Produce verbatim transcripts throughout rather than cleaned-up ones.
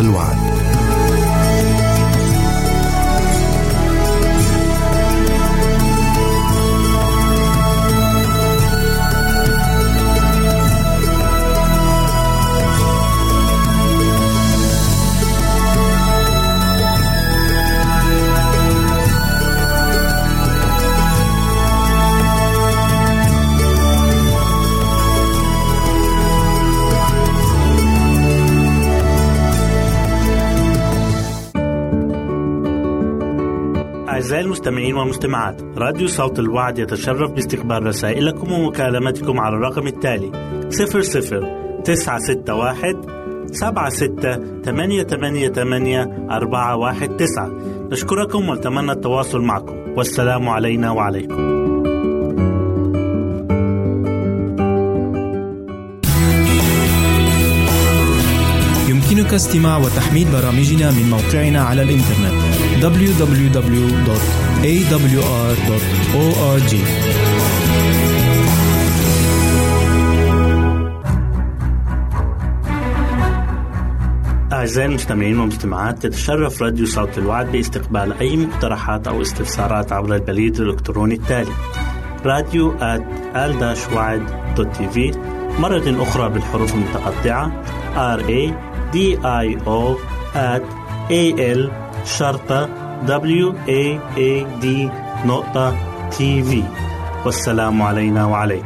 الوعد. أعزائي المستمعين والمستمعات، راديو صوت الوعد يتشرف باستقبال رسائلكم ومكالمتكم على الرقم التالي صفر صفر تسعة ستة واحد سبعة ستة ثمانية ثمانية ثمانية أربعة واحد تسعة. نشكركم ونتمنى التواصل معكم، والسلام علينا وعليكم. يمكنك استماع وتحميل برامجنا من موقعنا على الإنترنت دبليو دبليو دبليو دوت إيه دبليو آر دوت أو آر جي. أعزائي المستمعين والمستمعات، تتشرف راديو صوت الوعد باستقبال أي مقترحات أو استفسارات عبر البريد الإلكتروني التالي راديو آت آل وعد دوت تي في، مرة أخرى بالحروف المتقطعة آر إيه دي آي أو آت إيه إل شرطة دبليو إيه إيه دي نقطة تي في. والسلام علينا وعليكم.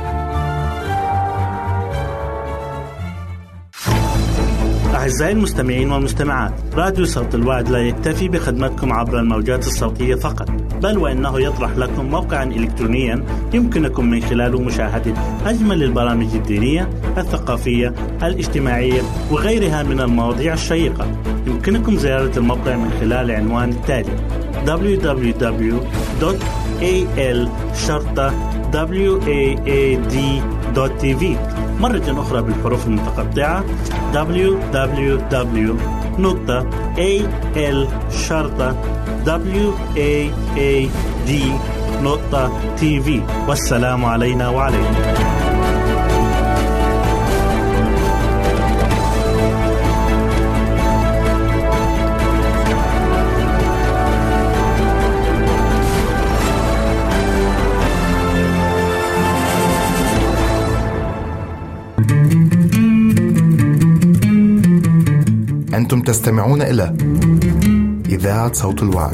أعزائي المستمعين والمستمعات، راديو صوت الوعد لا يكتفي بخدمتكم عبر الموجات الصوتية فقط، بل وإنه يطرح لكم موقعا إلكترونيا يمكنكم من خلاله مشاهدة أجمل البرامج الدينية، الثقافية، الاجتماعية وغيرها من المواضيع الشيقة. يمكنكم زيارة الموقع من خلال العنوان التالي دبليو دبليو دبليو دوت إيه إل شرطة واد دوت تي في، مرة أخرى بالحروف المتقطعة دبليو دبليو دبليو دوت إيه إل شرطة واد دوت تي في. والسلام علينا وعليكم. أنتم تستمعون إلى إذاعة صوت الوعد.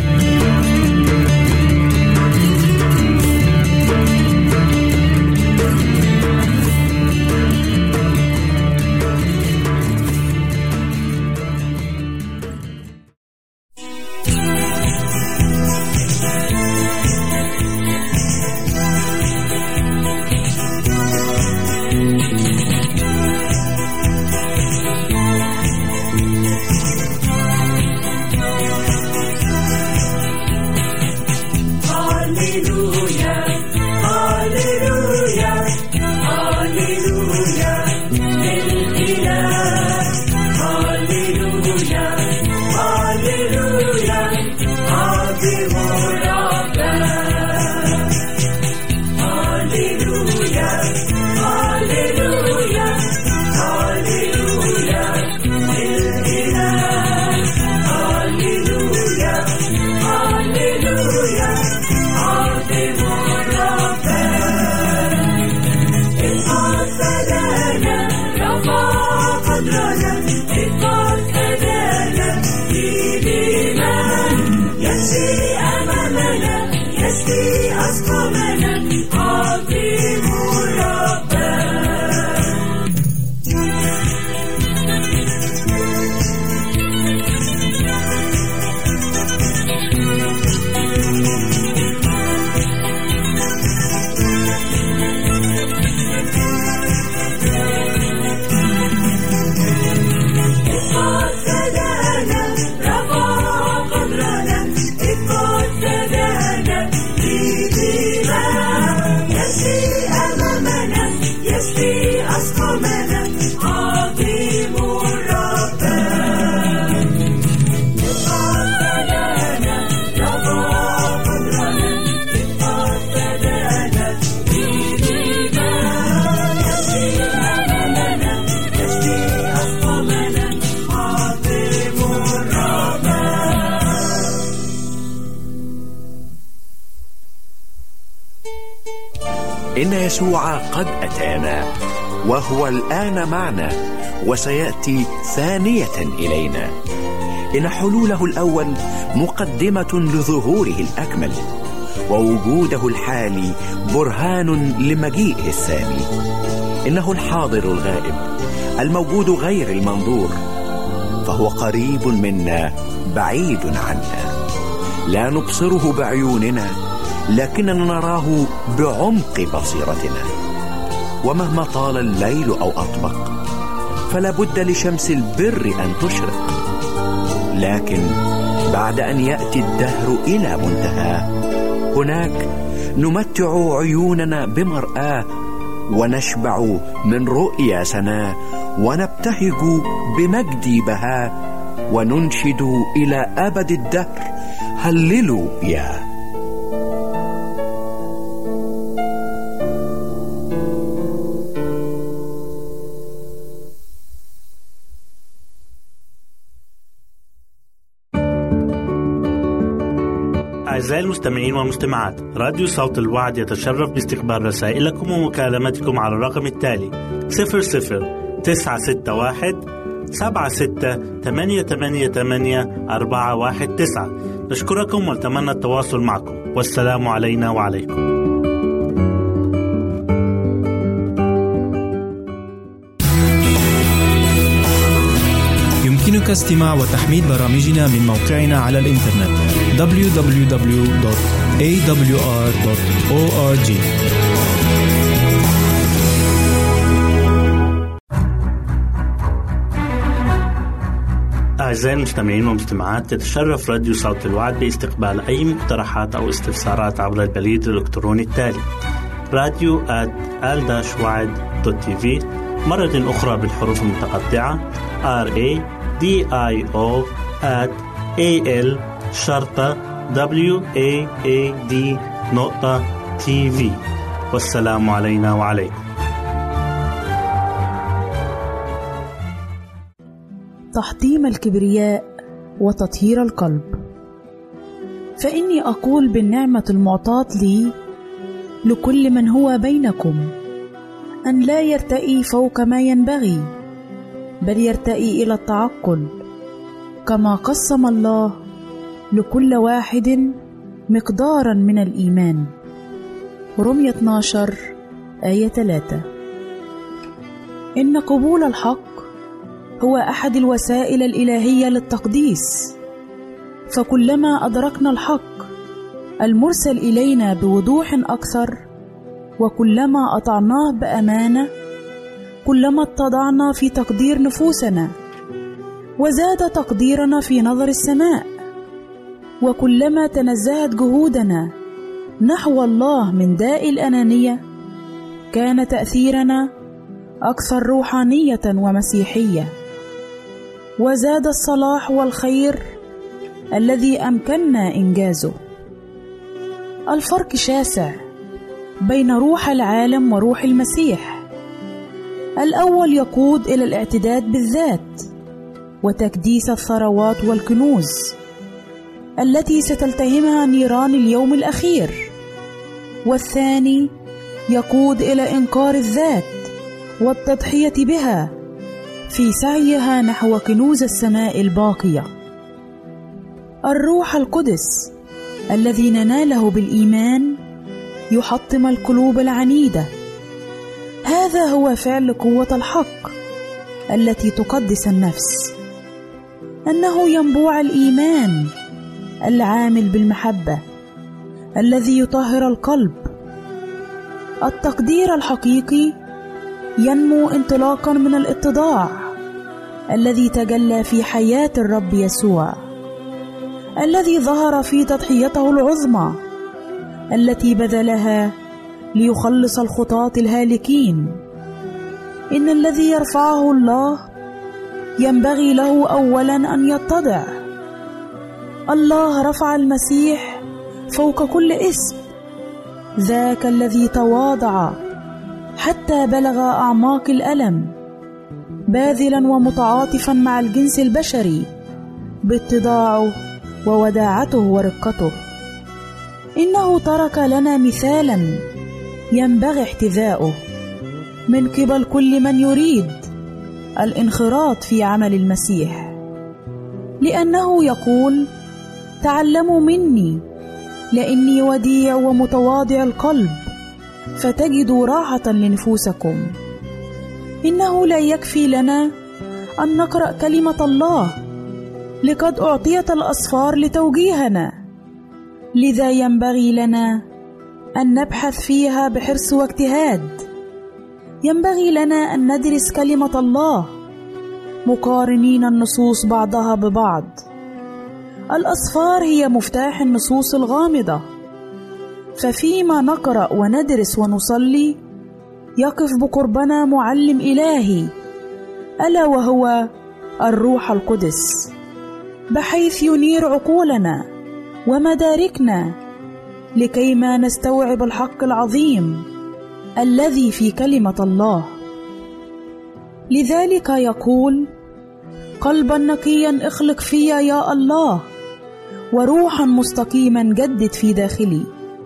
إن يسوع قد أتانا وهو الآن معنا وسيأتي ثانية إلينا. إن حلوله الأول مقدمة لظهوره الأكمل، ووجوده الحالي برهان لمجيئه الثاني. إنه الحاضر الغائب الموجود غير المنظور، فهو قريب منا بعيد عنا. لا نبصره بعيوننا، لكننا نراه بعمق بصيرتنا. ومهما طال الليل أو أطبق، فلا بد لشمس البر أن تشرق. لكن بعد أن يأتي الدهر إلى منتهى، هناك نمتع عيوننا بمرآة، ونشبع من رؤيا سناء، ونبتهج بمجد بهاء، وننشد إلى أبد الدهر هللوا يا. أعزائي المستمعين والمستمعات، راديو صوت الوعد يتشرف باستقبال رسائلكم ومكالمتكم على الرقم التالي صفر صفر تسعة ستة واحد سبعة ستة ثمانية ثمانية ثمانية أربعة واحد تسعة. نشكركم ونتمنى التواصل معكم، والسلام علينا وعليكم. يمكنك استماع وتحميل برامجنا من موقعنا على الإنترنت دبليو دبليو دبليو دوت إيه دبليو آر دوت أو آر جي. أعزائي المستمعين والمستمعات، تتشرف راديو صوت الوعد باستقبال أي مقترحات أو استفسارات عبر البريد الإلكتروني التالي راديو آت آل وعد دوت تي في، مرة أخرى بالحروف المتقطعة R A D I O at A L شرطة W A A D نقطة تي في. والسلام علينا وعليكم. تحطيم الكبرياء وتطهير القلب. فإني أقول بالنعمة المعطاة لي لكل من هو بينكم أن لا يرتئي فوق ما ينبغي، بل يرتئي إلى التعقل، كما قسم الله لكل واحد مقدارا من الإيمان. رمية اثنا عشر آية ثلاثة. إن قبول الحق هو أحد الوسائل الإلهية للتقديس، فكلما أدركنا الحق المرسل إلينا بوضوح أكثر، وكلما أطعناه بأمانة، كلما اتضعنا في تقدير نفوسنا، وزاد تقديرنا في نظر السماء، وكلما تنزهت جهودنا نحو الله من داء الأنانية، كان تأثيرنا أكثر روحانية ومسيحية، وزاد الصلاح والخير الذي أمكننا إنجازه. الفرق شاسع بين روح العالم وروح المسيح. الأول يقود إلى الاعتداد بالذات وتكديس الثروات والكنوز التي ستلتهمها نيران اليوم الأخير، والثاني يقود إلى إنكار الذات والتضحية بها في سعيها نحو كنوز السماء الباقية. الروح القدس الذي نناله بالإيمان يحطم القلوب العنيدة. هذا هو فعل قوة الحق التي تقدس النفس، أنه ينبوع الإيمان العامل بالمحبة الذي يطهر القلب. التقدير الحقيقي ينمو انطلاقا من الاتضاع الذي تجلى في حياة الرب يسوع، الذي ظهر في تضحيته العظمى التي بذلها ليخلص الخطاة الهالكين. إن الذي يرفعه الله ينبغي له أولا أن يتضع. الله رفع المسيح فوق كل اسم، ذاك الذي تواضع حتى بلغ أعماق الألم، باذلا ومتعاطفا مع الجنس البشري باتضاعه ووداعته ورقته. إنه ترك لنا مثالا ينبغي احتذاؤه من قبل كل من يريد الانخراط في عمل المسيح، لأنه يقول: تعلموا مني لأني وديع ومتواضع القلب فتجدوا راحة لنفوسكم. إنه لا يكفي لنا أن نقرأ كلمة الله، لقد أعطيت الأسفار لتوجيهنا، لذا ينبغي لنا أن نبحث فيها بحرص واجتهاد. ينبغي لنا أن ندرس كلمة الله مقارنين النصوص بعضها ببعض. الأسفار هي مفتاح النصوص الغامضة، ففيما نقرأ وندرس ونصلي يقف بقربنا معلم إلهي، ألا وهو الروح القدس، بحيث ينير عقولنا ومداركنا لكيما نستوعب الحق العظيم الذي في كلمة الله. لذلك يقول: قلبا نقيا اخلق فيا يا الله، وروحا مستقيما جدد في داخلي.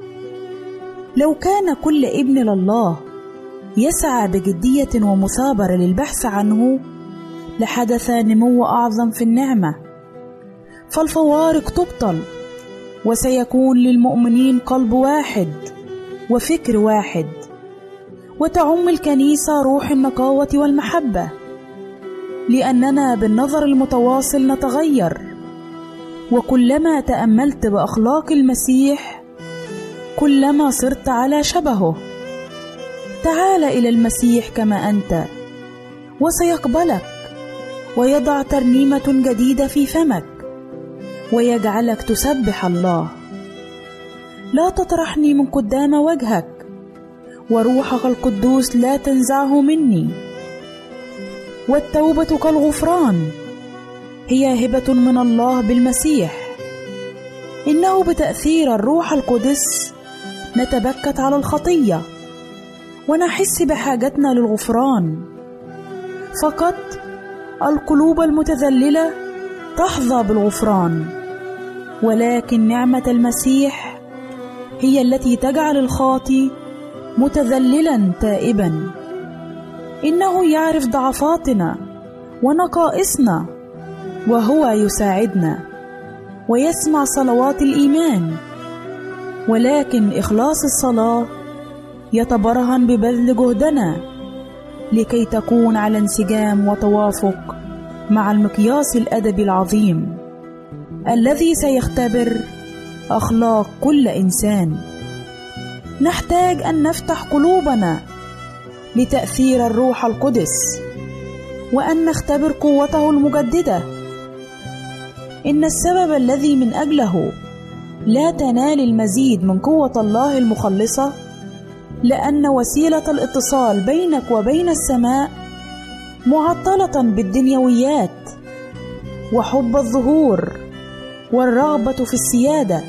لو كان كل ابن لله يسعى بجدية ومثابرة للبحث عنه لحدث نمو أعظم في النعمة، فالفوارق تبطل، وسيكون للمؤمنين قلب واحد وفكر واحد، وتعم الكنيسة روح النقاوة والمحبة، لأننا بالنظر المتواصل نتغير. وكلما تأملت بأخلاق المسيح كلما صرت على شبهه. تعال إلى المسيح كما أنت وسيقبلك، ويضع ترنيمة جديدة في فمك، ويجعلك تسبح الله. لا تطرحني من قدام وجهك، وروحك القدوس لا تنزعه مني. والتوبة كالغفران، هي هبة من الله بالمسيح. إنه بتأثير الروح القدس نتبكت على الخطية ونحس بحاجتنا للغفران. فقط القلوب المتذللة تحظى بالغفران، ولكن نعمة المسيح هي التي تجعل الخاطي متذللا تائبا. إنه يعرف ضعفاتنا ونقائصنا، وهو يساعدنا ويسمع صلوات الإيمان. ولكن إخلاص الصلاة يتبرهن ببذل جهدنا لكي تكون على انسجام وتوافق مع المقياس الأدبي العظيم الذي سيختبر أخلاق كل إنسان. نحتاج أن نفتح قلوبنا لتأثير الروح القدس، وأن نختبر قوته المجددة. إن السبب الذي من أجله لا تنال المزيد من قوة الله المخلصة لأن وسيلة الاتصال بينك وبين السماء معطلة بالدنيويات وحب الظهور والرغبة في السيادة.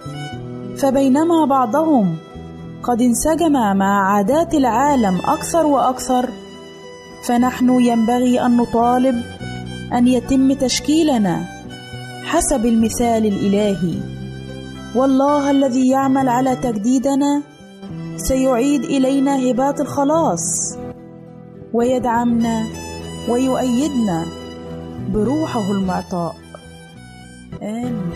فبينما بعضهم قد انسجم مع عادات العالم أكثر وأكثر، فنحن ينبغي أن نطالب أن يتم تشكيلنا حسب المثال الإلهي. والله الذي يعمل على تجديدنا سيعيد إلينا هبات الخلاص، ويدعمنا ويؤيدنا بروحه المعطاء. آمين.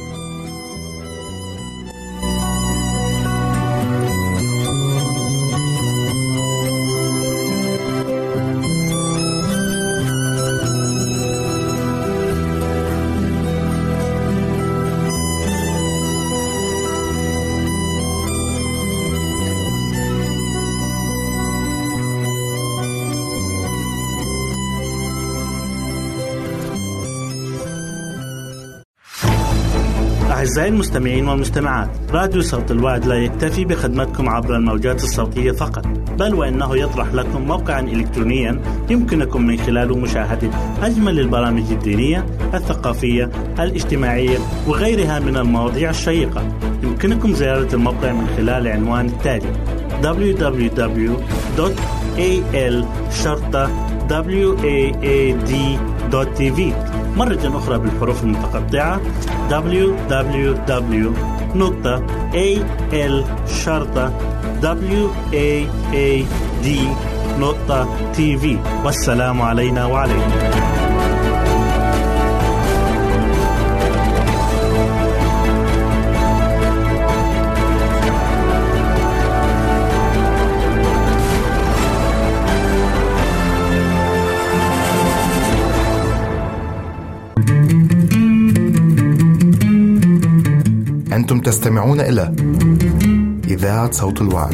أعزائي المستمعين والمستمعات، راديو صوت الوعد لا يكتفي بخدمتكم عبر الموجات الصوتية فقط، بل وإنه يطرح لكم موقعا إلكترونيا يمكنكم من خلاله مشاهدة أجمل البرامج الدينية، الثقافية، الاجتماعية وغيرها من المواضيع الشيقة. يمكنكم زيارة الموقع من خلال العنوان التالي: دبليو دبليو دبليو دوت إيه إل شرطة واد دوت تي في. مرة أخرى بالحروف المتقطعة: دبليو دبليو دبليو دوت إيه إل شرطة واد نقطة تي في. والسلام علينا وعليكم. أنتم تستمعون إلى إذاعة صوت الوعد.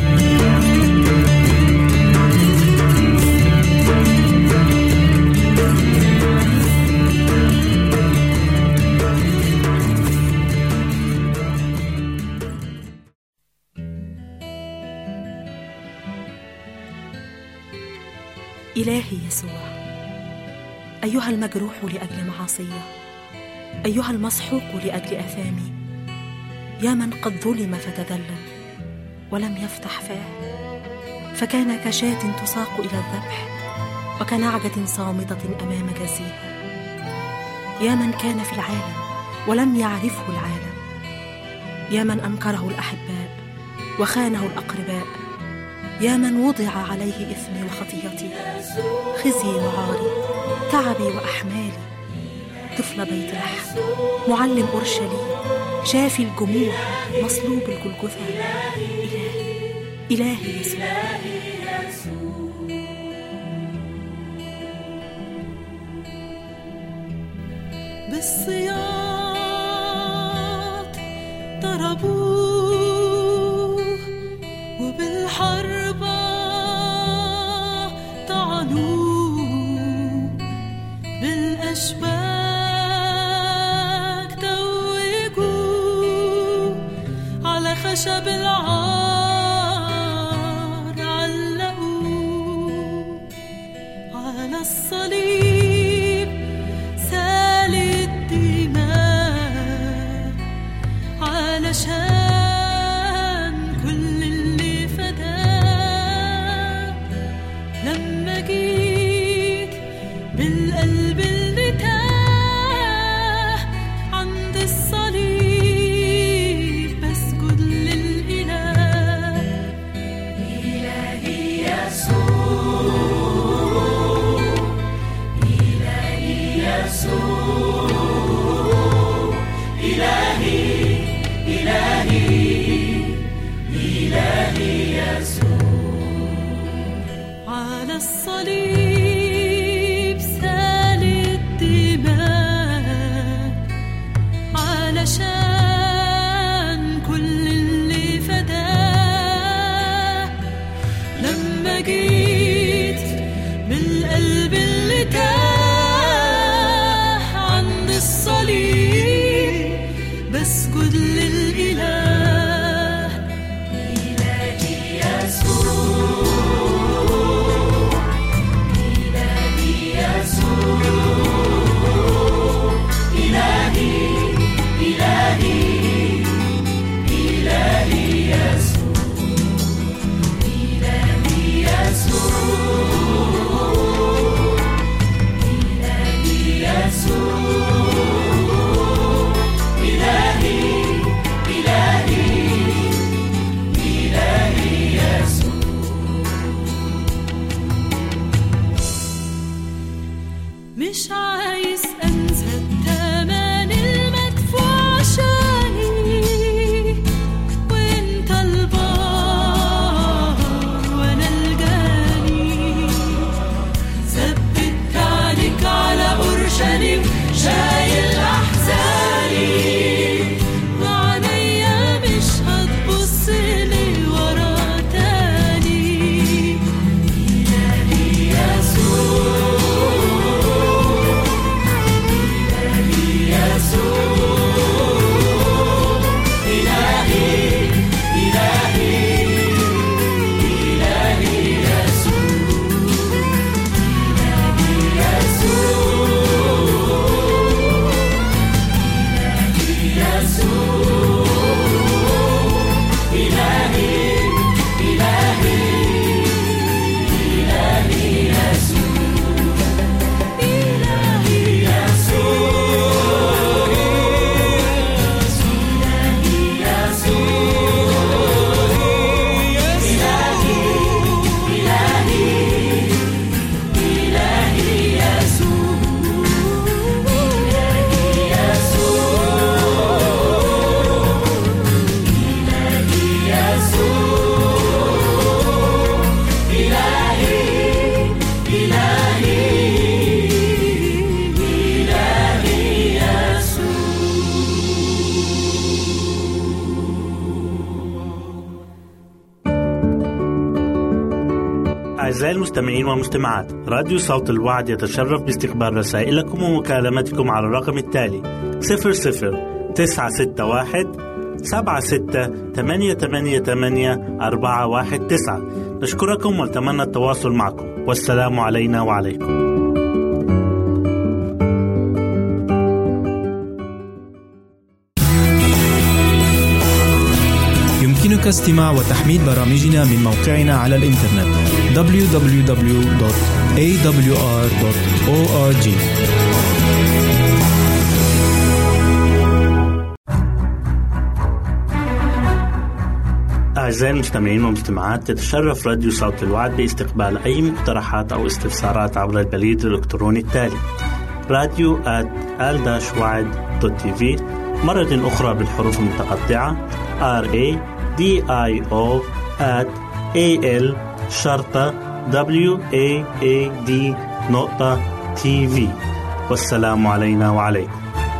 إلهي يسوع، أيها المجروح لأجل معاصيه، أيها المسحوق لأجل أثامي، يا من قد ظلم فتذلل ولم يفتح فاه، فكان كشاة تساق إلى الذبح وكنعجة صامتة أمام جزيها. يا من كان في العالم ولم يعرفه العالم، يا من أنكره الأحباء وخانه الأقرباء، يا من وضع عليه إثمي وخطيتي، خزي وعاري، تعبي وأحمالي، طفل بيت لحم، معلم أورشليم، شافي الجموع، مصلوب الجلجثة. إلهي إلهي يسوع. بالصياط ضربوه وبالحربة طعنوه، بالأشباك توجوه، على خشب العار علقوه، على الصليب سال الدماء، علشان كل اللي فداه. لما جيت بالقلب اللي تاه عند الصليب، بسجد للإله. إلهي يسوع، إلهي يسوع، إلهي إلهي إلهي يسوع. على الصليب سال الدماء، علشان كل اللي فداه. لما جيت بالقلب اللي تاه عند الصليب، بسجد للإله. إلهي يسوع، إلهي يسوع، إلهي إلهي إلهي يسوع، إلهي يسوع، إلهي يسوع، إلهي إلهي إلهي يسوع. مش عايز أنسى الثمن المدفوع عشاني، وانت البار وانا الجاني. ثبت عليك على أورشليم، شايل أحزاني، وعليا مش هتبص لي ورا تاني. إلهي يسوع، إلهي يسوع، إلهي إلهي إلهي يسوع، إلهي يسوع، إلهي إلهي إلهي يسوع، إلهي يسوع، إلهي يسوع، إلهي أعزائي المستمعين والمستمعات، راديو صوت الوعد يتشرف باستقبال رسائلكم ومكالمتكم على الرقم التالي صفر صفر تسعة ستة واحد سبعة ستة ثمانية ثمانية ثمانية أربعة واحد تسعة. نشكركم ونتمنى التواصل معكم، والسلام علينا وعليكم. يمكنك استماع وتحميل برامجنا من موقعنا على الإنترنت دبليو دبليو دبليو دوت إيه دبليو آر دوت أو آر جي. أعزائي المستمعين والمستمعات، تتشرف راديو صوت الوعد باستقبال أي مقترحات أو استفسارات عبر البريد الإلكتروني التالي راديو آت آل وعد دوت تي في، مرة أخرى بالحروف المتقطعة آر إيه دي آي أو آت إيه إل شرطة دبليو إيه إيه دي نقطة تي في. والسلام علينا وعليكم.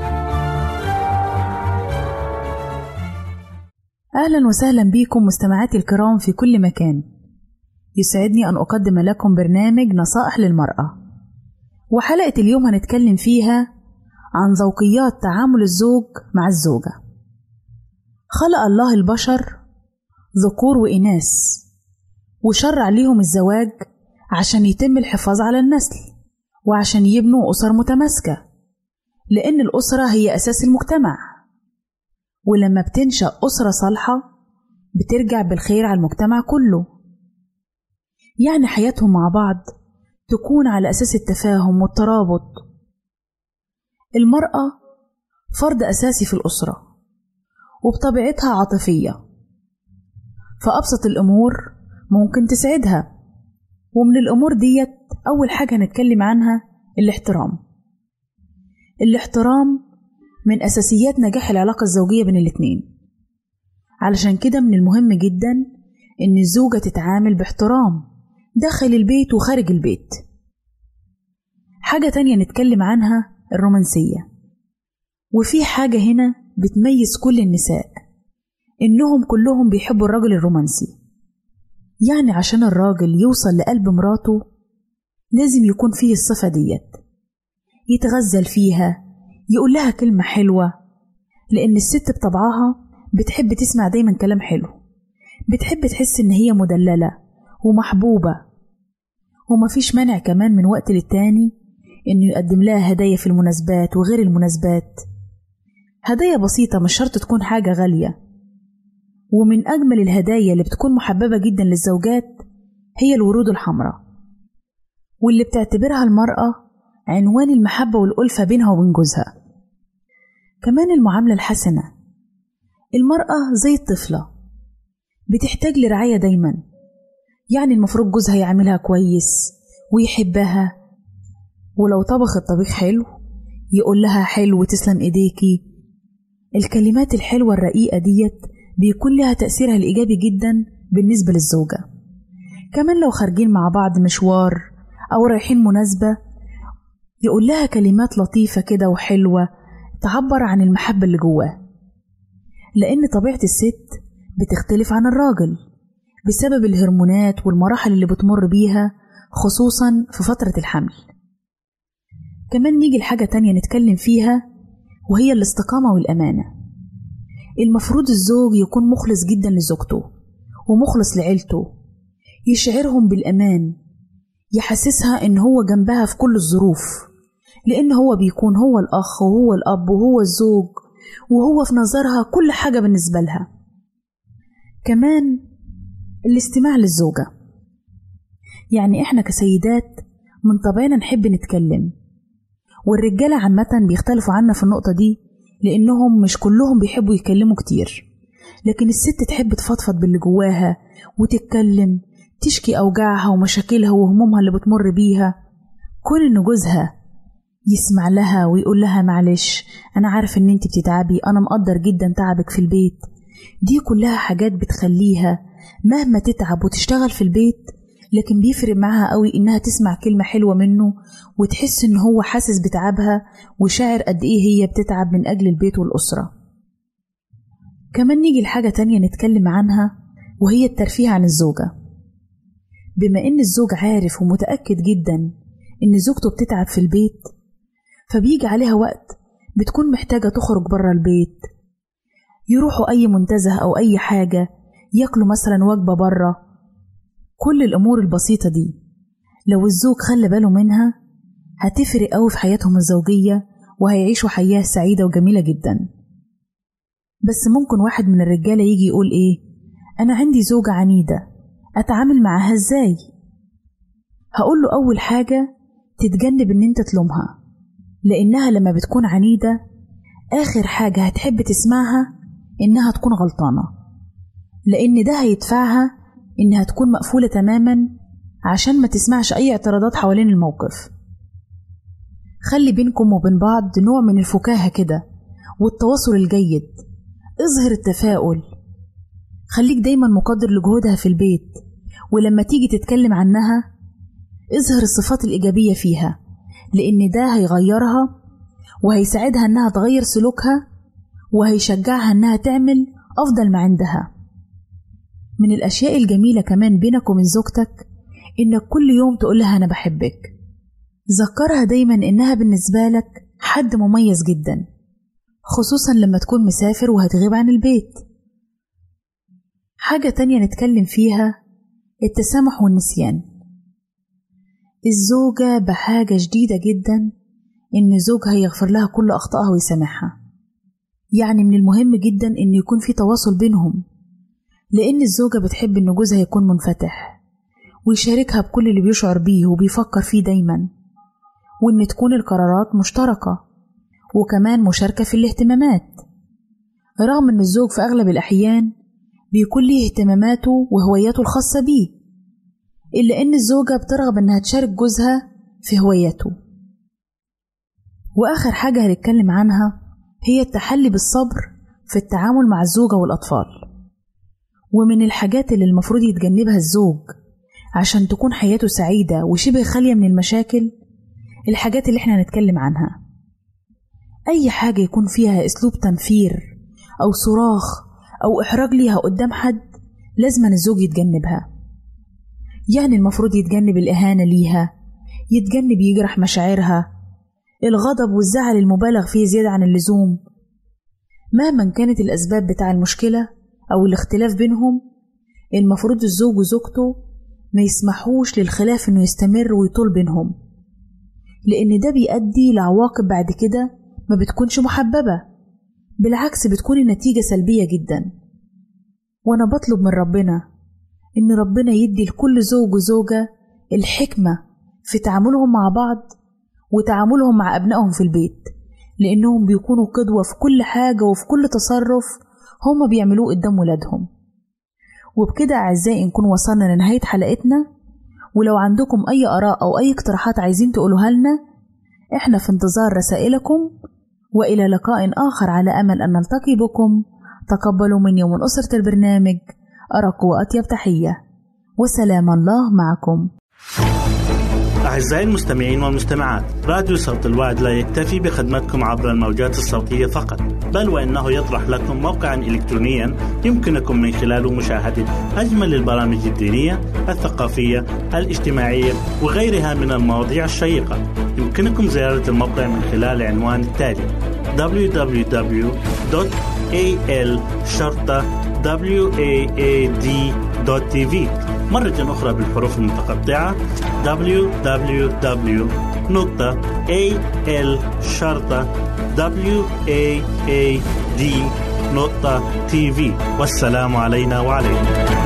أهلا وسهلا بكم مستمعاتي الكرام في كل مكان. يسعدني أن أقدم لكم برنامج نصائح للمرأة، وحلقة اليوم هنتكلم فيها عن ذوقيات تعامل الزوج مع الزوجة. خلق الله البشر ذكور وإناث، وشرع ليهم الزواج عشان يتم الحفاظ على النسل وعشان يبنوا أسر متماسكة، لأن الأسرة هي أساس المجتمع، ولما بتنشأ أسرة صالحة بترجع بالخير على المجتمع كله. يعني حياتهم مع بعض تكون على أساس التفاهم والترابط. المرأة فرد أساسي في الأسرة وبطبيعتها عاطفية، فأبسط الأمور ممكن تسعدها. ومن الأمور ديت أول حاجة نتكلم عنها الاحترام. الاحترام من أساسيات نجاح العلاقة الزوجية بين الاتنين، علشان كده من المهم جدا إن الزوجة تتعامل باحترام داخل البيت وخارج البيت. حاجة تانية نتكلم عنها الرومانسية، وفي حاجة هنا بتميز كل النساء، إنهم كلهم بيحبوا الراجل الرومانسي. يعني عشان الراجل يوصل لقلب مراته لازم يكون فيه الصفة ديت، يتغزل فيها، يقول لها كلمة حلوة، لأن الست بطبعها بتحب تسمع دايما كلام حلو، بتحب تحس إن هي مدللة ومحبوبة. ومفيش مانع كمان من وقت للتاني إنه يقدم لها هدايا في المناسبات وغير المناسبات، هدايا بسيطة مش شرط تكون حاجة غالية. ومن أجمل الهدايا اللي بتكون محببة جدا للزوجات هي الورود الحمراء، واللي بتعتبرها المرأة عنوان المحبة والألفة بينها وبين جوزها. كمان المعاملة الحسنة. المرأة زي الطفلة بتحتاج لرعاية دايما، يعني المفروض جوزها يعملها كويس ويحبها، ولو طبخ الطبيخ حلو يقول لها حلو وتسلم إيديكي. الكلمات الحلوة الرقيقة ديت بيكون لها تأثيرها الإيجابي جدا بالنسبة للزوجة. كمان لو خارجين مع بعض مشوار أو رايحين مناسبة يقول لها كلمات لطيفة كده وحلوة تعبر عن المحبة اللي جواه، لأن طبيعة الست بتختلف عن الراجل بسبب الهرمونات والمراحل اللي بتمر بيها، خصوصا في فترة الحمل. كمان نيجي لحاجة تانية نتكلم فيها، وهي الاستقامة والأمانة. المفروض الزوج يكون مخلص جدا لزوجته ومخلص لعيلته، يشعرهم بالأمان، يحسسها إن هو جنبها في كل الظروف، لأن هو بيكون هو الأخ وهو الأب وهو الزوج، وهو في نظرها كل حاجة بالنسبة لها. كمان الاستماع للزوجة. يعني إحنا كسيدات من طبعنا نحب نتكلم، والرجالة عامة بيختلفوا عنا في النقطة دي، لأنهم مش كلهم بيحبوا يتكلموا كتير، لكن الست تحب تفضفض باللي جواها وتتكلم، تشكي أوجاعها ومشاكلها وهمومها اللي بتمر بيها. كون إن جوزها يسمع لها ويقول لها معلش أنا عارف إن انت بتتعبي، أنا مقدر جدا تعبك في البيت، دي كلها حاجات بتخليها مهما تتعب وتشتغل في البيت، لكن بيفرق معها قوي إنها تسمع كلمة حلوة منه وتحس إن هو حاسس بتعبها وشاعر قد إيه هي بتتعب من أجل البيت والأسرة. كمان نيجي لحاجة تانية نتكلم عنها، وهي الترفيه عن الزوجة. بما إن الزوج عارف ومتأكد جدا إن زوجته بتتعب في البيت، فبيجي عليها وقت بتكون محتاجة تخرج برا البيت، يروحوا أي منتزه أو أي حاجة، يأكلوا مثلا وجبة برا. كل الأمور البسيطة دي لو الزوج خلى باله منها هتفرق قوي في حياتهم الزوجية، وهيعيشوا حياة سعيدة وجميلة جدا. بس ممكن واحد من الرجالة يجي يقول إيه، أنا عندي زوجة عنيدة، أتعامل معها إزاي؟ هقول له أول حاجة تتجنب إن أنت تلومها، لأنها لما بتكون عنيدة آخر حاجة هتحب تسمعها إنها تكون غلطانة، لأن ده هيدفعها إنها تكون مقفولة تماما عشان ما تسمعش أي اعتراضات حوالين الموقف. خلي بينكم وبين بعض نوع من الفكاهة كده والتواصل الجيد، اظهر التفاؤل، خليك دايما مقدر لجهودها في البيت، ولما تيجي تتكلم عنها اظهر الصفات الإيجابية فيها، لأن ده هيغيرها وهيساعدها أنها تغير سلوكها، وهيشجعها أنها تعمل أفضل ما عندها. من الأشياء الجميلة كمان بينك ومن زوجتك إنك كل يوم تقولها أنا بحبك. ذكرها دايما إنها بالنسبة لك حد مميز جدا، خصوصا لما تكون مسافر وهتغيب عن البيت. حاجة تانية نتكلم فيها التسامح والنسيان. الزوجة بحاجة جديدة جدا إن زوجها يغفر لها كل أخطائها ويسامحها. يعني من المهم جدا إن يكون في تواصل بينهم، لأن الزوجة بتحب إن جوزها يكون منفتح ويشاركها بكل اللي بيشعر بيه وبيفكر فيه دايما، وإن تكون القرارات مشتركة وكمان مشاركة في الاهتمامات. رغم إن الزوج في أغلب الأحيان بيكون ليه اهتماماته وهواياته الخاصة بيه، إلا إن الزوجة بترغب إنها تشارك جوزها في هواياته. وآخر حاجة هنتكلم عنها هي التحلي بالصبر في التعامل مع الزوجة والأطفال. ومن الحاجات اللي المفروض يتجنبها الزوج عشان تكون حياته سعيدة وشبه خالية من المشاكل الحاجات اللي احنا هنتكلم عنها. أي حاجة يكون فيها أسلوب تنفير أو صراخ أو إحراج ليها قدام حد لازم الزوج يتجنبها. يعني المفروض يتجنب الإهانة ليها، يتجنب يجرح مشاعرها، الغضب والزعل المبالغ فيه زيادة عن اللزوم. مهما كانت الأسباب بتاع المشكلة أو الاختلاف بينهم، المفروض الزوج وزوجته ما يسمحوش للخلاف إنه يستمر ويطول بينهم، لأن ده بيؤدي لعواقب بعد كده ما بتكونش محببة، بالعكس بتكون النتيجة سلبية جدا. وأنا بطلب من ربنا إن ربنا يدي لكل زوج وزوجة الحكمة في تعاملهم مع بعض وتعاملهم مع أبنائهم في البيت، لأنهم بيكونوا قدوة في كل حاجة وفي كل تصرف هم بيعملوه قدام ولادهم. وبكده أعزائي نكون وصلنا لنهاية حلقتنا، ولو عندكم أي آراء أو أي اقتراحات عايزين تقولوها لنا إحنا في انتظار رسائلكم، وإلى لقاء آخر على أمل أن نلتقي بكم. تقبلوا مني ومن أسرة البرنامج أرق وأطيب تحية، وسلام الله معكم. أعزائي المستمعين والمستمعات، راديو صوت الوعد لا يكتفي بخدمتكم عبر الموجات الصوتية فقط، بل وإنه يطرح لكم موقعا إلكترونيا يمكنكم من خلاله مشاهدة أجمل البرامج الدينية، الثقافية، الاجتماعية وغيرها من المواضيع الشيقة. يمكنكم زيارة الموقع من خلال العنوان التالي دبليو دبليو دبليو دوت إيه إل شرطة واد دوت تي في. مرة أخرى بالحروف المتقطعة دبليو دبليو دبليو دوت إيه إل شرطة واد دوت تي في. والسلام علينا وعليكم.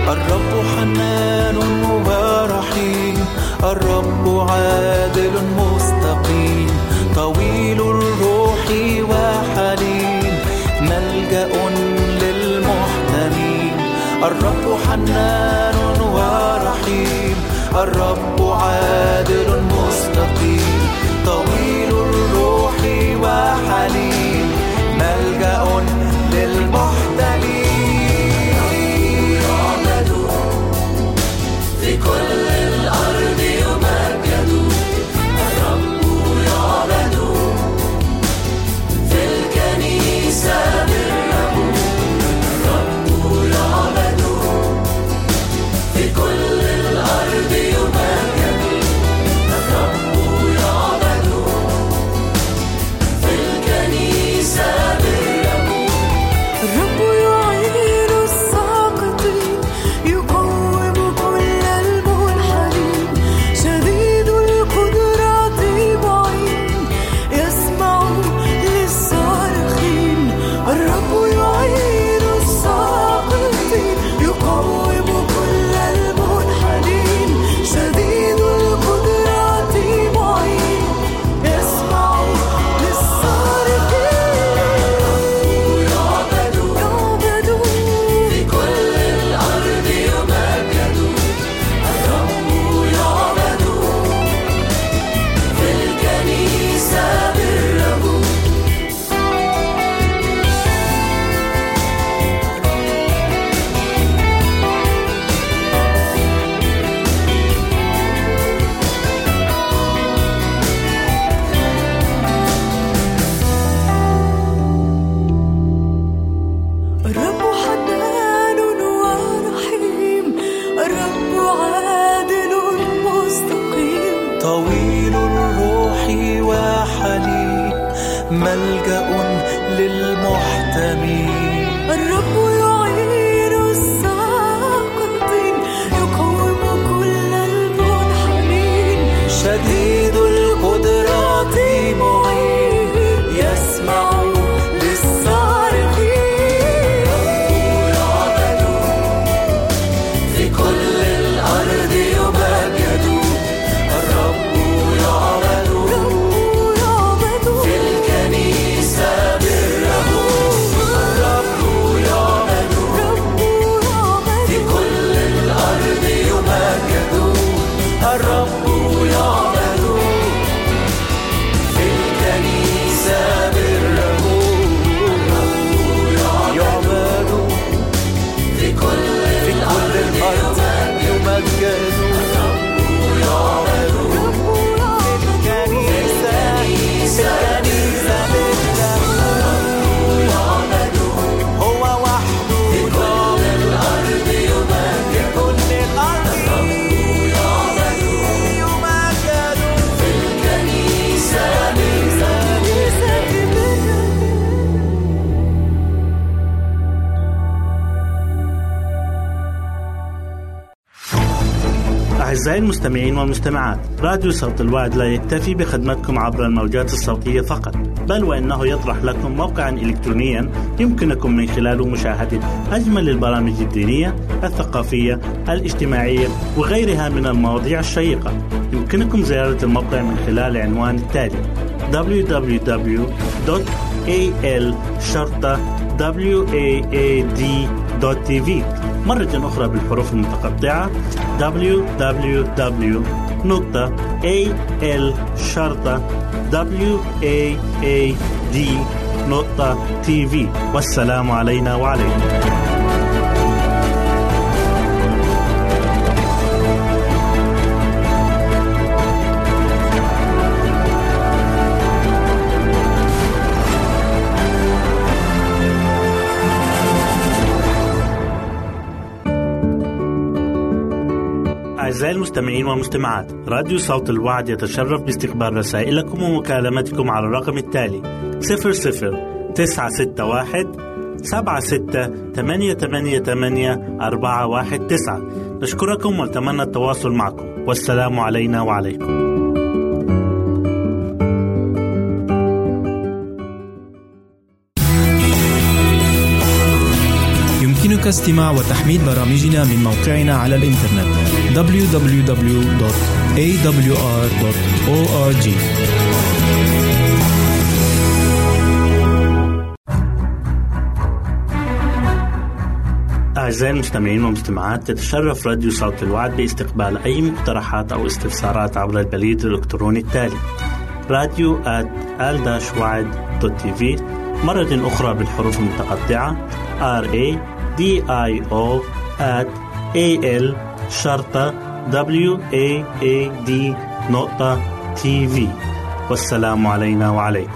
الرب حنان ورحيم، الرب عادل مستقيم، طويل الروح وحليم، ملجأ للمحتمين. الرب حنان ورحيم، الرب عادل مستقيم، طويل الروح وحليم، ملجأ للمحتمين. في كل الأرض يمجد، الرب يعبد في الكنيسة بالرب، الرب يعبد في كل الأرض يمجد، الرب يعبد في الكنيسة بالرب. الرب يعين الساقطين، يقوم كل المنحنين، شديد القدرات معين، يسمع للصارخين. الرب يعين الساقطين، يقوم كل المنحنين، شديد القدرات معين، يسمع للصارخين. يعبد يعبد في كل الأرض يمجد، الرب يعبد في الكنيسة بالرب. الرب حنان ورحيم، الرب عادل مستقيم، طويل الروح وحليم، ملجأ للمحتمين. الرب يعين الساقطين، يقوم كل المنحنين، شديد القدرات معين، يسمع للصارخين. يعبد في كل الأرض يمجد، الرب يعبد يعبد في الكنيسة بالرب، الرب يعبد في كل الأرض يمجد، الرب يعبد في الكنيسة بالرب، يعبد في كل في كل الأرض يمجد، يعبد في الكنيسة، في الكنيسة بالرب، هو وحده في كل الأرض يمجد، كل الأرض يمجد في الكنيسة بالرب. أعزائي المستمعين والمستمعات، راديو صوت الوعد لا يكتفي بخدمتكم عبر الموجات الصوتية فقط، بل وإنه يطرح لكم موقعا إلكترونيا يمكنكم من خلاله مشاهدة أجمل البرامج الدينية، الثقافية، الاجتماعية وغيرها من المواضيع الشيقة. يمكنكم زيارة الموقع من خلال العنوان التالي دبليو دبليو دبليو دوت إيه إل شرطة واد دوت تي في. مرة أخرى بالحروف المتقطعة دبليو دبليو دبليو دوت إيه إل شرطة واد دوت تي في. والسلام علينا وعليكم. أعزائي المستمعين والمستمعات، راديو صوت الوعد يتشرف باستقبال رسائلكم ومكالمتكم على الرقم التالي صفر صفر تسعة ستة واحد سبعة ستة ثمانية ثمانية ثمانية أربعة واحد تسعة. نشكركم ونتمنى التواصل معكم، والسلام علينا وعليكم. يمكنك استماع وتحميل برامجنا من موقعنا على الإنترنت دبليو دبليو دبليو دوت إيه دبليو آر دوت أو آر جي. أعزائي المستمعين والمستمعات، تتشرف راديو صوت الوعد باستقبال أي مقترحات أو استفسارات عبر البريد الإلكتروني التالي راديو آت آل وعد دوت تي في، مرة أخرى بالحروف المتقطعة R A D I O at A L شرطة W A A D نقطة تي في. والسلام علينا وعليكم.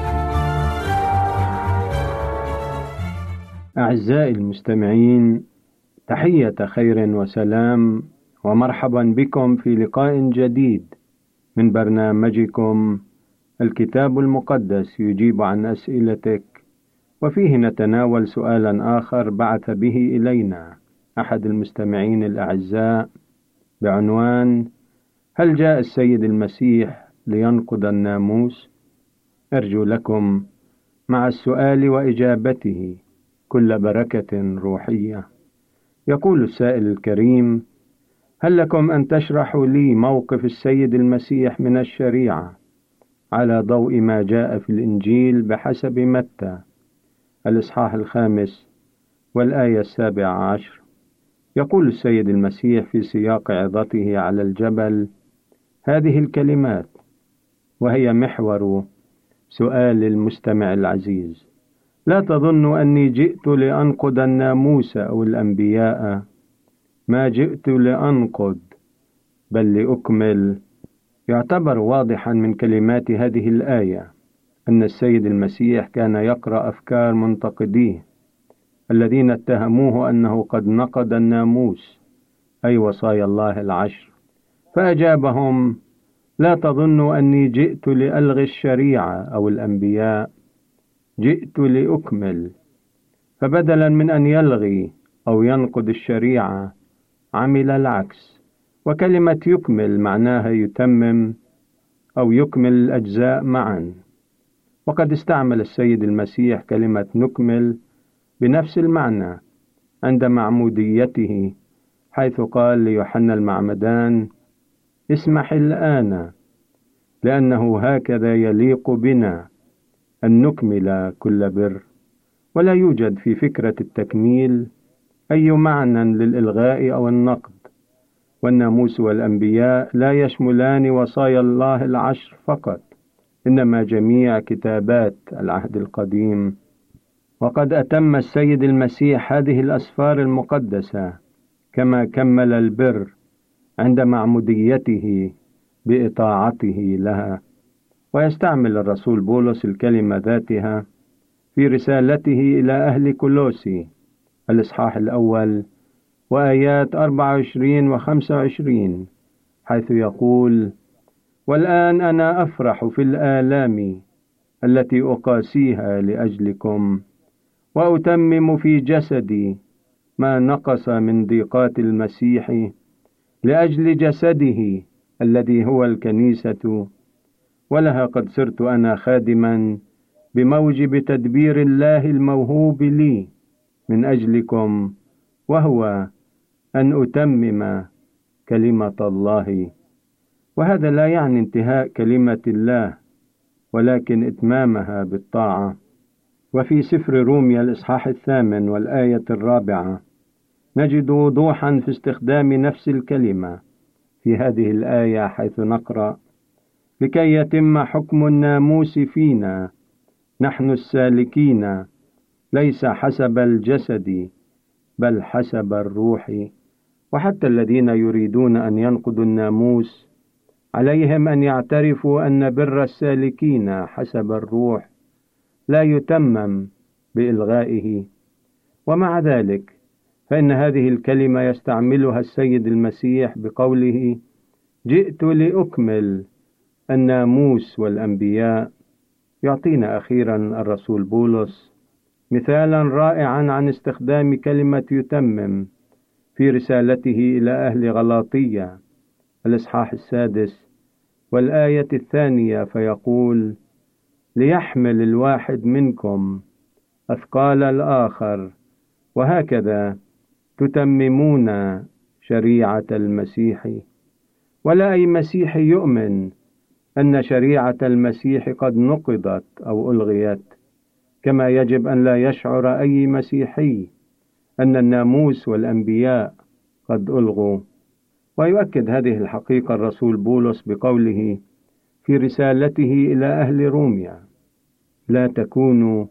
أعزائي المستمعين، تحية خير وسلام ومرحبا بكم في لقاء جديد من برنامجكم الكتاب المقدس يجيب عن أسئلتك، وفيه نتناول سؤالا آخر بعث به إلينا أحد المستمعين الأعزاء بعنوان: هل جاء السيد المسيح لينقض الناموس؟ أرجو لكم مع السؤال وإجابته كل بركة روحية. يقول السائل الكريم: هل لكم أن تشرحوا لي موقف السيد المسيح من الشريعة على ضوء ما جاء في الإنجيل بحسب متى الإصحاح الخامس والآية السابعة عشر؟ يقول السيد المسيح في سياق عظته على الجبل هذه الكلمات، وهي محور سؤال المستمع العزيز: لا تظنوا أني جئت لأنقض الناموس أو الأنبياء، ما جئت لأنقض بل لأكمل. يعتبر واضحا من كلمات هذه الآية أن السيد المسيح كان يقرأ أفكار منتقديه الذين اتهموه أنه قد نقض الناموس، أي وصايا الله العشر، فأجابهم: لا تظنوا أني جئت لألغي الشريعة أو الأنبياء، جئت لأكمل. فبدلا من أن يلغي أو ينقض الشريعة عمل العكس، وكلمة يكمل معناها يتمم أو يكمل الأجزاء معا. وقد استعمل السيد المسيح كلمة نكمل بنفس المعنى عند معموديته، حيث قال ليوحنا المعمدان: اسمح الآن، لأنه هكذا يليق بنا أن نكمل كل بر. ولا يوجد في فكرة التكميل أي معنى للإلغاء أو النقد، والناموس والأنبياء لا يشملان وصايا الله العشر فقط، إنما جميع كتابات العهد القديم. وقد أتم السيد المسيح هذه الأسفار المقدسة كما كمل البر عند معموديته بإطاعته لها. ويستعمل الرسول بولس الكلمة ذاتها في رسالته إلى أهل كولوسي الإصحاح الأول وآيات أربعة وعشرين وخمسة وعشرين، حيث يقول: والآن أنا أفرح في الآلام التي أقاسيها لأجلكم، وأتمم في جسدي ما نقص من ضيقات المسيح لأجل جسده الذي هو الكنيسة، ولها قد صرت أنا خادما بموجب تدبير الله الموهوب لي من أجلكم، وهو أن أتمم كلمة الله. وهذا لا يعني انتهاء كلمة الله، ولكن إتمامها بالطاعة. وفي سفر روميا الإصحاح الثامن والآية الرابعة نجد وضوحا في استخدام نفس الكلمة في هذه الآية، حيث نقرأ: لكي يتم حكم الناموس فينا نحن السالكين ليس حسب الجسد بل حسب الروح. وحتى الذين يريدون أن ينقضوا الناموس عليهم أن يعترفوا أن بر السالكين حسب الروح لا يتمم بإلغائه. ومع ذلك فإن هذه الكلمة يستعملها السيد المسيح بقوله: جئت لأكمل الناموس والأنبياء. يعطينا أخيرا الرسول بولس مثالا رائعا عن استخدام كلمة يتمم في رسالته إلى أهل غلاطية الإصحاح السادس والآية الثانية، فيقول: ليحمل الواحد منكم أثقال الآخر وهكذا تتممون شريعة المسيح. ولا أي مسيحي يؤمن أن شريعة المسيح قد نقضت أو ألغيت، كما يجب أن لا يشعر أي مسيحي أن الناموس والأنبياء قد ألغوا. ويؤكد هذه الحقيقة الرسول بولس بقوله في رسالته إلى أهل روميا: لا تكونوا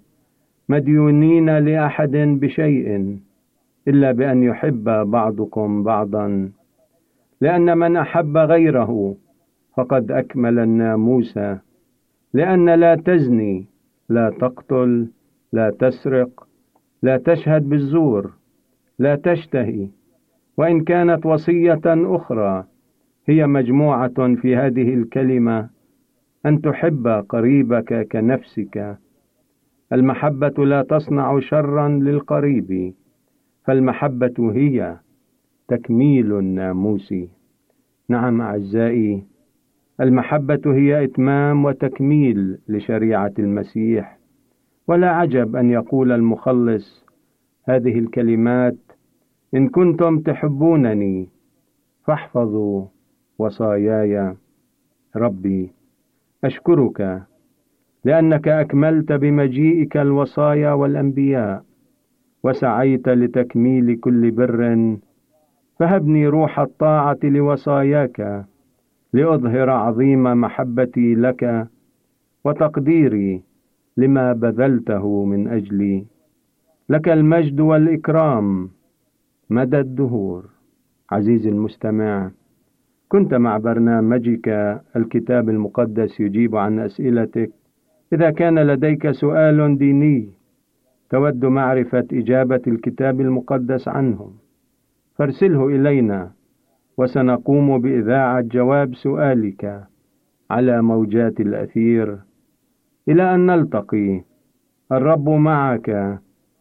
مديونين لأحد بشيء إلا بأن يحب بعضكم بعضا، لأن من أحب غيره فقد أكمل الناموس. لأن لا تزني، لا تقتل، لا تسرق، لا تشهد بالزور، لا تشتهي، وإن كانت وصية أخرى هي مجموعة في هذه الكلمة: أن تحب قريبك كنفسك. المحبة لا تصنع شرا للقريب، فالمحبة هي تكميل الناموس. نعم أعزائي، المحبة هي إتمام وتكميل لشريعة المسيح. ولا عجب أن يقول المخلص هذه الكلمات: إن كنتم تحبونني فاحفظوا وصاياي. ربي أشكرك لأنك أكملت بمجيئك الوصايا والأنبياء، وسعيت لتكميل كل بر، فهبني روح الطاعة لوصاياك لأظهر عظيم محبتي لك وتقديري لما بذلته من أجلي. لك المجد والإكرام مدى الدهور. عزيزي المستمع، كنت مع برنامجك الكتاب المقدس يجيب عن أسئلتك. إذا كان لديك سؤال ديني تود معرفة إجابة الكتاب المقدس عنه، فارسله إلينا وسنقوم بإذاعة جواب سؤالك على موجات الأثير. إلى أن نلتقي، الرب معك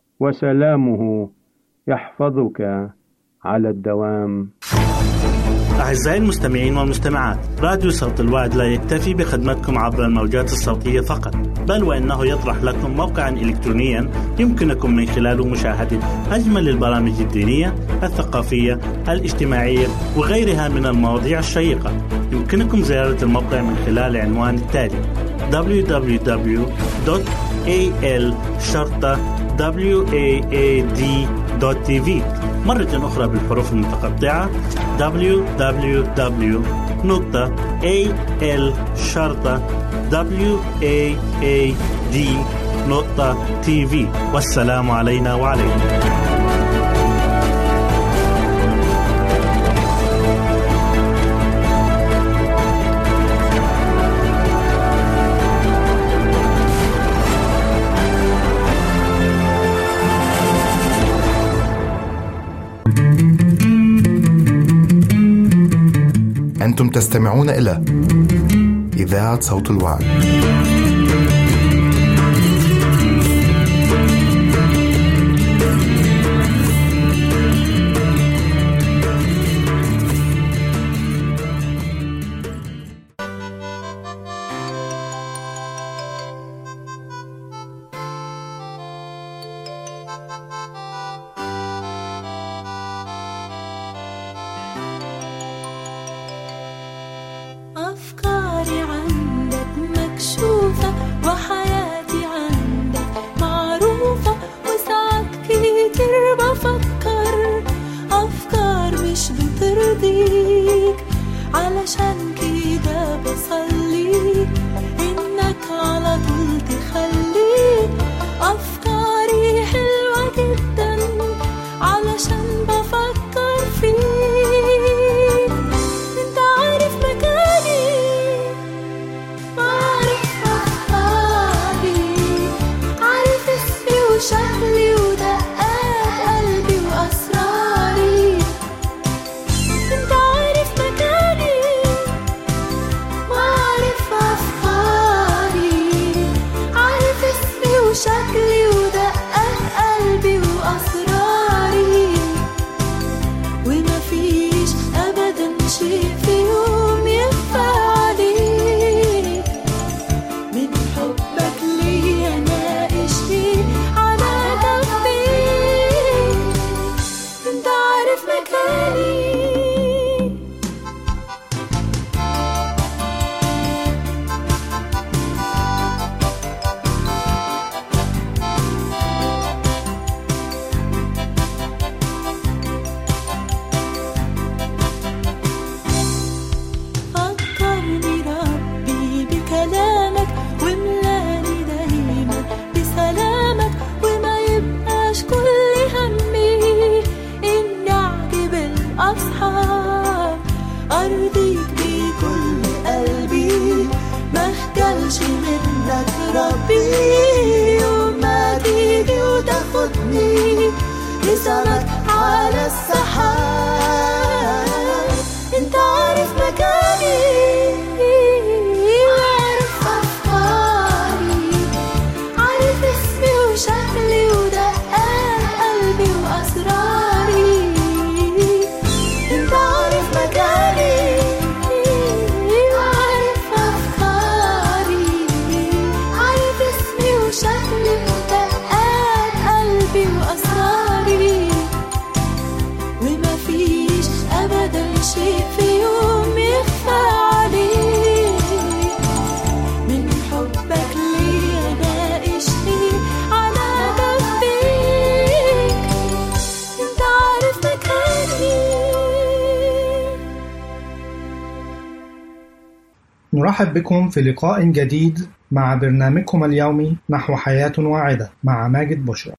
وسلامه يحفظك على الدوام. أعزائي المستمعين والمستمعات، راديو صوت الوعد لا يكتفي بخدمتكم عبر الموجات الصوتية فقط، بل وإنه يطرح لكم موقعا إلكترونيا يمكنكم من خلاله مشاهدة أجمل البرامج الدينية، الثقافية، الاجتماعية وغيرها من المواضيع الشيقة. يمكنكم زيارة الموقع من خلال العنوان التالي: دبليو دبليو دبليو دوت إيه إل شرطة واد دوت تي في. مرة أخرى بالحروف المتقطعة: دبليو دبليو دبليو دوت إيه إل شرطة واد دوت تي في. والسلام علينا وعليكم. أنتم تستمعون إلى إذاعة صوت الوعد. وعدك ربي وما تيجي وتاخدني لسانك على السحاب. انت عارف مكاني وعارف افكاري، عارف اسمي وشكلي ودقات قلبي واسراري. انت عارف مكاني وعارف افكاري، عارف اسمي وشكلي ودقات قلبي واسراري. وما فيش ابدا شيء في يوم يخفى عليك من حبك لي. انا اشتي على جنبك، انت عارف مكاني. نرحب بكم في لقاء جديد مع برنامجكم اليومي نحو حياة واعدة مع ماجد بشرى.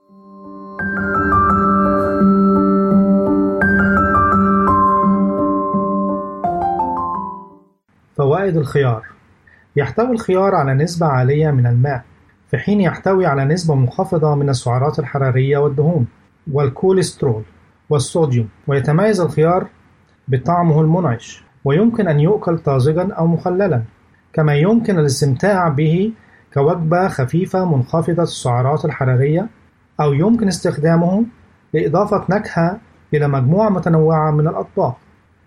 فوائد الخيار: يحتوي الخيار على نسبة عالية من الماء، في حين يحتوي على نسبة منخفضة من السعرات الحرارية والدهون والكوليسترول والصوديوم. ويتميز الخيار بطعمه المنعش، ويمكن أن يؤكل طازجا أو مخللا، كما يمكن الاستمتاع به كوجبة خفيفة منخفضة السعرات الحرارية، أو يمكن استخدامه لإضافة نكهة إلى مجموعة متنوعة من الأطباق.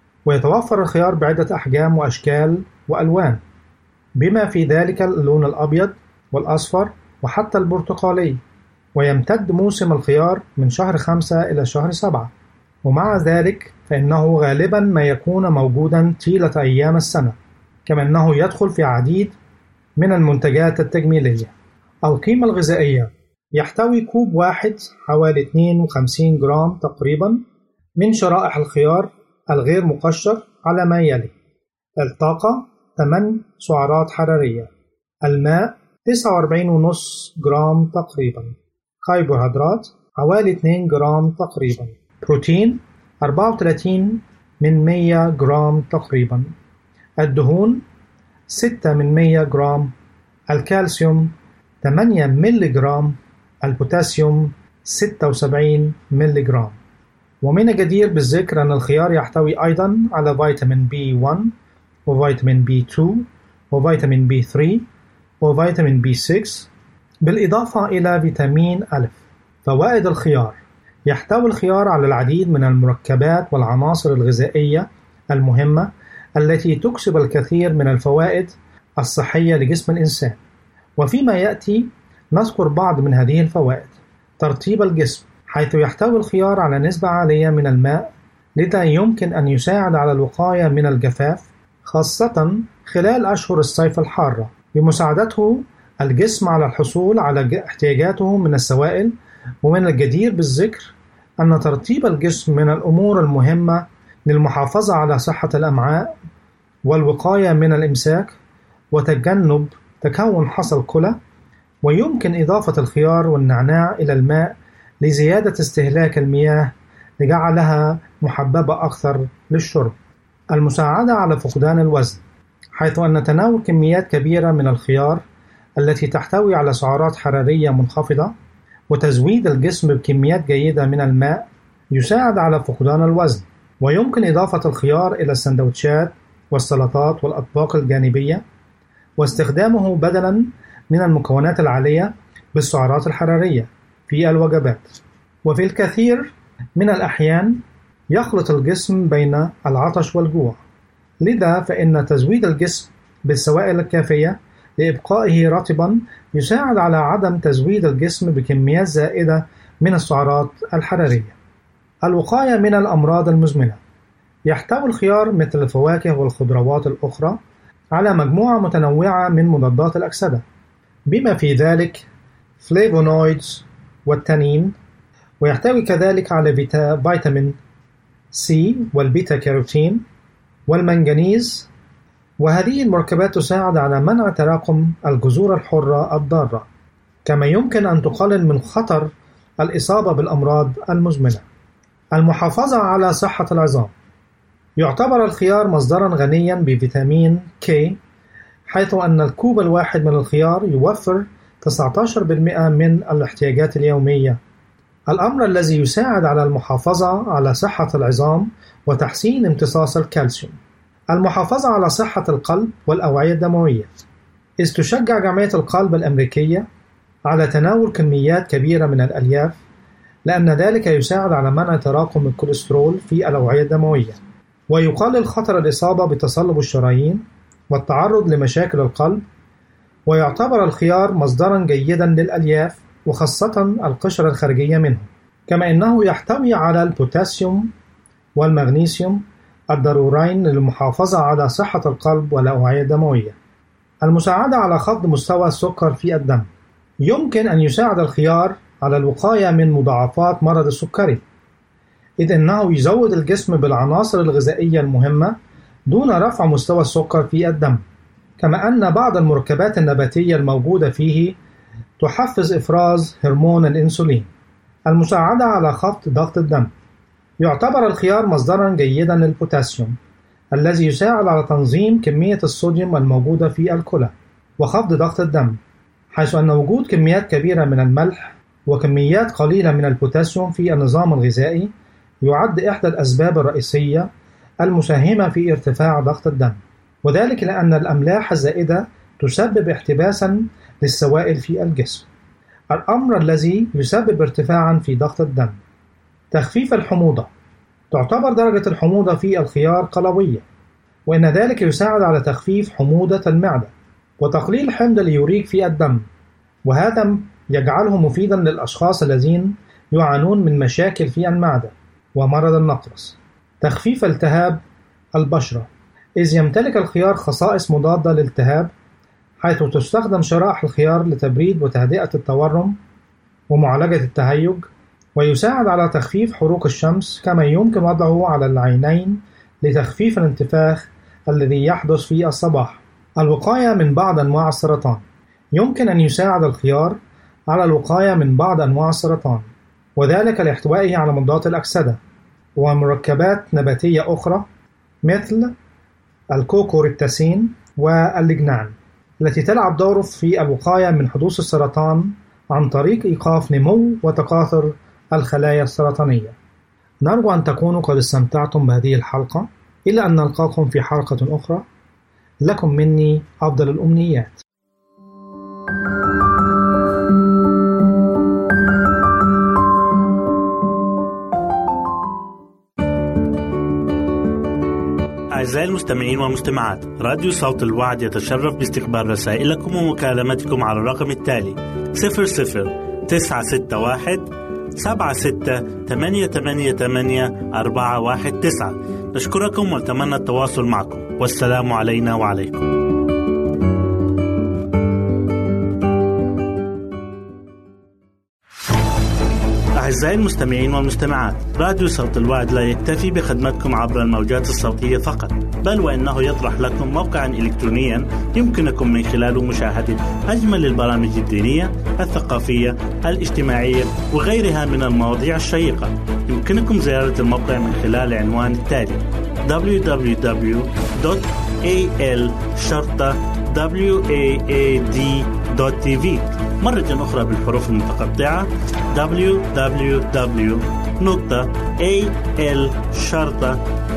ويتوفر الخيار بعدة أحجام وأشكال وألوان، بما في ذلك اللون الأبيض والأصفر وحتى البرتقالي. ويمتد موسم الخيار من شهر خمسة إلى شهر سبعة، ومع ذلك فإنه غالبا ما يكون موجودا طيلة أيام السنة، كما أنه يدخل في عديد من المنتجات التجميلية. القيمة الغذائية: يحتوي كوب واحد حوالي اثنين وخمسين جرام تقريبا من شرائح الخيار الغير مقشر على ما يلي: الطاقة ثمانية سعرات حرارية، الماء تسعة وأربعين فاصلة خمسة جرام تقريبا، كربوهيدرات حوالي اثنين جرام تقريبا، بروتين أربعة وثلاثين من مئة جرام تقريبا، الدهون ستة من مئة جرام، الكالسيوم ثمانية ملي جرام، البوتاسيوم ستة وسبعين ملي جرام. ومن الجدير بالذكر أن الخيار يحتوي أيضا على فيتامين بي واحد وفيتامين بي اثنين وفيتامين بي ثلاثة وفيتامين بي ستة، بالإضافة إلى فيتامين أ. فوائد الخيار: يحتوي الخيار على العديد من المركبات والعناصر الغذائية المهمة التي تكسب الكثير من الفوائد الصحية لجسم الإنسان. وفيما يأتي نذكر بعض من هذه الفوائد. ترطيب الجسم، حيث يحتوي الخيار على نسبة عالية من الماء، لذا يمكن أن يساعد على الوقاية من الجفاف، خاصة خلال أشهر الصيف الحارة، بمساعدته الجسم على الحصول على احتياجاته من السوائل. ومن الجدير بالذكر أن ترطيب الجسم من الأمور المهمة للمحافظة على صحة الأمعاء والوقاية من الإمساك وتجنب تكون حصى الكلى. ويمكن إضافة الخيار والنعناع إلى الماء لزيادة استهلاك المياه لجعلها محببة أكثر للشرب. المساعدة على فقدان الوزن، حيث أن تناول كميات كبيرة من الخيار التي تحتوي على سعرات حرارية منخفضة وتزويد الجسم بكميات جيدة من الماء يساعد على فقدان الوزن. ويمكن إضافة الخيار إلى السندوتشات والسلطات والأطباق الجانبية، واستخدامه بدلاً من المكونات العالية بالسعرات الحرارية في الوجبات. وفي الكثير من الأحيان يخلط الجسم بين العطش والجوع، لذا فإن تزويد الجسم بالسوائل الكافية لإبقائه رطبا يساعد على عدم تزويد الجسم بكميات زائدة من السعرات الحرارية. الوقاية من الأمراض المزمنة، يحتوي الخيار مثل الفواكه والخضروات الأخرى على مجموعة متنوعة من مضادات الأكسدة، بما في ذلك فلافونويدز والتانين. ويحتوي كذلك على فيتامين سي والبيتا كاروتين والمنغنيز، وهذه المركبات تساعد على منع تراكم الجذور الحرة الضارة، كما يمكن أن تقلل من خطر الإصابة بالأمراض المزمنة. المحافظة على صحة العظام، يعتبر الخيار مصدرا غنيا بفيتامين K، حيث أن الكوب الواحد من الخيار يوفر تسعة عشر بالمئة من الاحتياجات اليومية، الأمر الذي يساعد على المحافظة على صحة العظام وتحسين امتصاص الكالسيوم. المحافظة على صحة القلب والأوعية الدموية، إذ تشجع جمعية القلب الأمريكية على تناول كميات كبيرة من الألياف، لأن ذلك يساعد على منع تراكم الكوليسترول في الأوعية الدموية، ويقلل خطر الإصابة بتصلب الشرايين والتعرض لمشاكل القلب. ويعتبر الخيار مصدرا جيدا للألياف وخاصة القشرة الخارجية منه، كما أنه يحتوي على البوتاسيوم والمغنيسيوم الضرورين للمحافظة على صحة القلب والأوعية الدموية. المساعدة على خفض مستوى السكر في الدم، يمكن أن يساعد الخيار على الوقاية من مضاعفات مرض السكري، إذ أنه يزود الجسم بالعناصر الغذائية المهمة دون رفع مستوى السكر في الدم، كما أن بعض المركبات النباتية الموجودة فيه تحفز إفراز هرمون الإنسولين. المساعدة على خفض ضغط الدم، يعتبر الخيار مصدرا جيدا للبوتاسيوم الذي يساعد على تنظيم كمية الصوديوم الموجودة في الكلى وخفض ضغط الدم، حيث أن وجود كميات كبيرة من الملح وكميات قليلة من البوتاسيوم في النظام الغذائي يعد إحدى الأسباب الرئيسية المساهمة في ارتفاع ضغط الدم، وذلك لأن الأملاح الزائدة تسبب احتباسا للسوائل في الجسم، الأمر الذي يسبب ارتفاعا في ضغط الدم. تخفيف الحموضة، تعتبر درجة الحموضة في الخيار قلوية، وإن ذلك يساعد على تخفيف حموضة المعدة وتقليل حمض اليوريك في الدم، وهذا يجعله مفيدا للأشخاص الذين يعانون من مشاكل في المعدة ومرض النقرس. تخفيف التهاب البشرة، إذ يمتلك الخيار خصائص مضادة للالتهاب، حيث تستخدم شرائح الخيار لتبريد وتهدئة التورم ومعالجة التهيج، ويساعد على تخفيف حروق الشمس، كما يمكن وضعه على العينين لتخفيف الانتفاخ الذي يحدث في الصباح. الوقاية من بعض أنواع السرطان، يمكن أن يساعد الخيار على الوقاية من بعض أنواع السرطان، وذلك لاحتوائه على مضادات الأكسدة ومركبات نباتية أخرى مثل الكوكوريتاسين واللجنان، التي تلعب دور في الوقاية من حدوث السرطان عن طريق إيقاف نمو وتكاثر الخلايا السرطانية. نرجو أن تكونوا قد استمتعتم بهذه الحلقة، إلى أن نلقاكم في حلقة أخرى. لكم مني أفضل الأمنيات. أعزائي المستمعين والمستمعات، راديو صوت الوعد يتشرف باستقبال رسائلكم ومكالمتكم على الرقم التالي صفر صفر تسعة ستة واحد سبعة ستة ثمانية ثمانية ثمانية أربعة واحد تسعة. نشكركم ونتمنى التواصل معكم، والسلام علينا وعليكم. أعزائي المستمعين والمستمعات، راديو صوت الوعد لا يكتفي بخدمتكم عبر الموجات الصوتية فقط، بل وإنه يطرح لكم موقعا إلكترونيا يمكنكم من خلاله مشاهدة أجمل البرامج الدينية، الثقافية، الاجتماعية وغيرها من المواضيع الشيقة. يمكنكم زيارة الموقع من خلال العنوان التالي دبليو دبليو دبليو دوت إيه إل شرطة واد دوت تي في. مرة أخرى بالحروف المتقطعة دبليو دبليو دبليو دوت إيه إل شرطة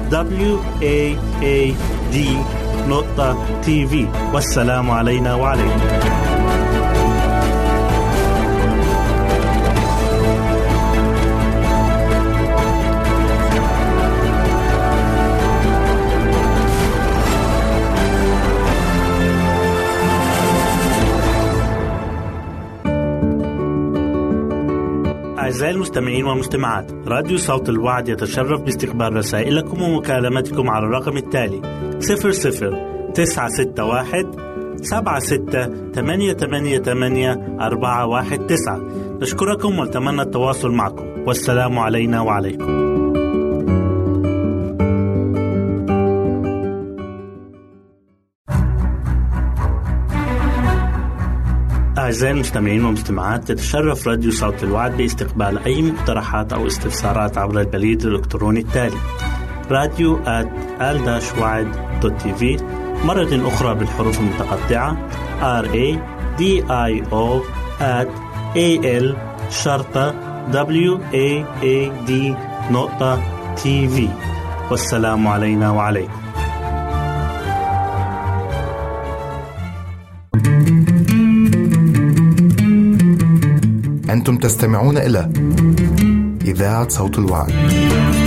واد دوت تي في. والسلام علينا وعليكم. أعزائي المستمعين والمستمعات، راديو صوت الوعد يتشرف باستقبال رسائلكم ومكالمتكم على الرقم التالي صفر صفر تسعة ستة واحد سبعة ستة ثمانية ثمانية ثمانية أربعة واحد تسعة. نشكركم ونتمنى التواصل معكم، والسلام علينا وعليكم. أعزائي المستمعين والمستمعات، تتشرف راديو صوت الوعد باستقبال أي مقترحات أو استفسارات عبر البريد الإلكتروني التالي راديو آت آل وعد دوت تي في. مرة أخرى بالحروف المتقطعة radio at al شرطة waad نقطة tv. والسلام علينا وعليكم. أنتم تستمعون إلى إذاعة صوت الوعد.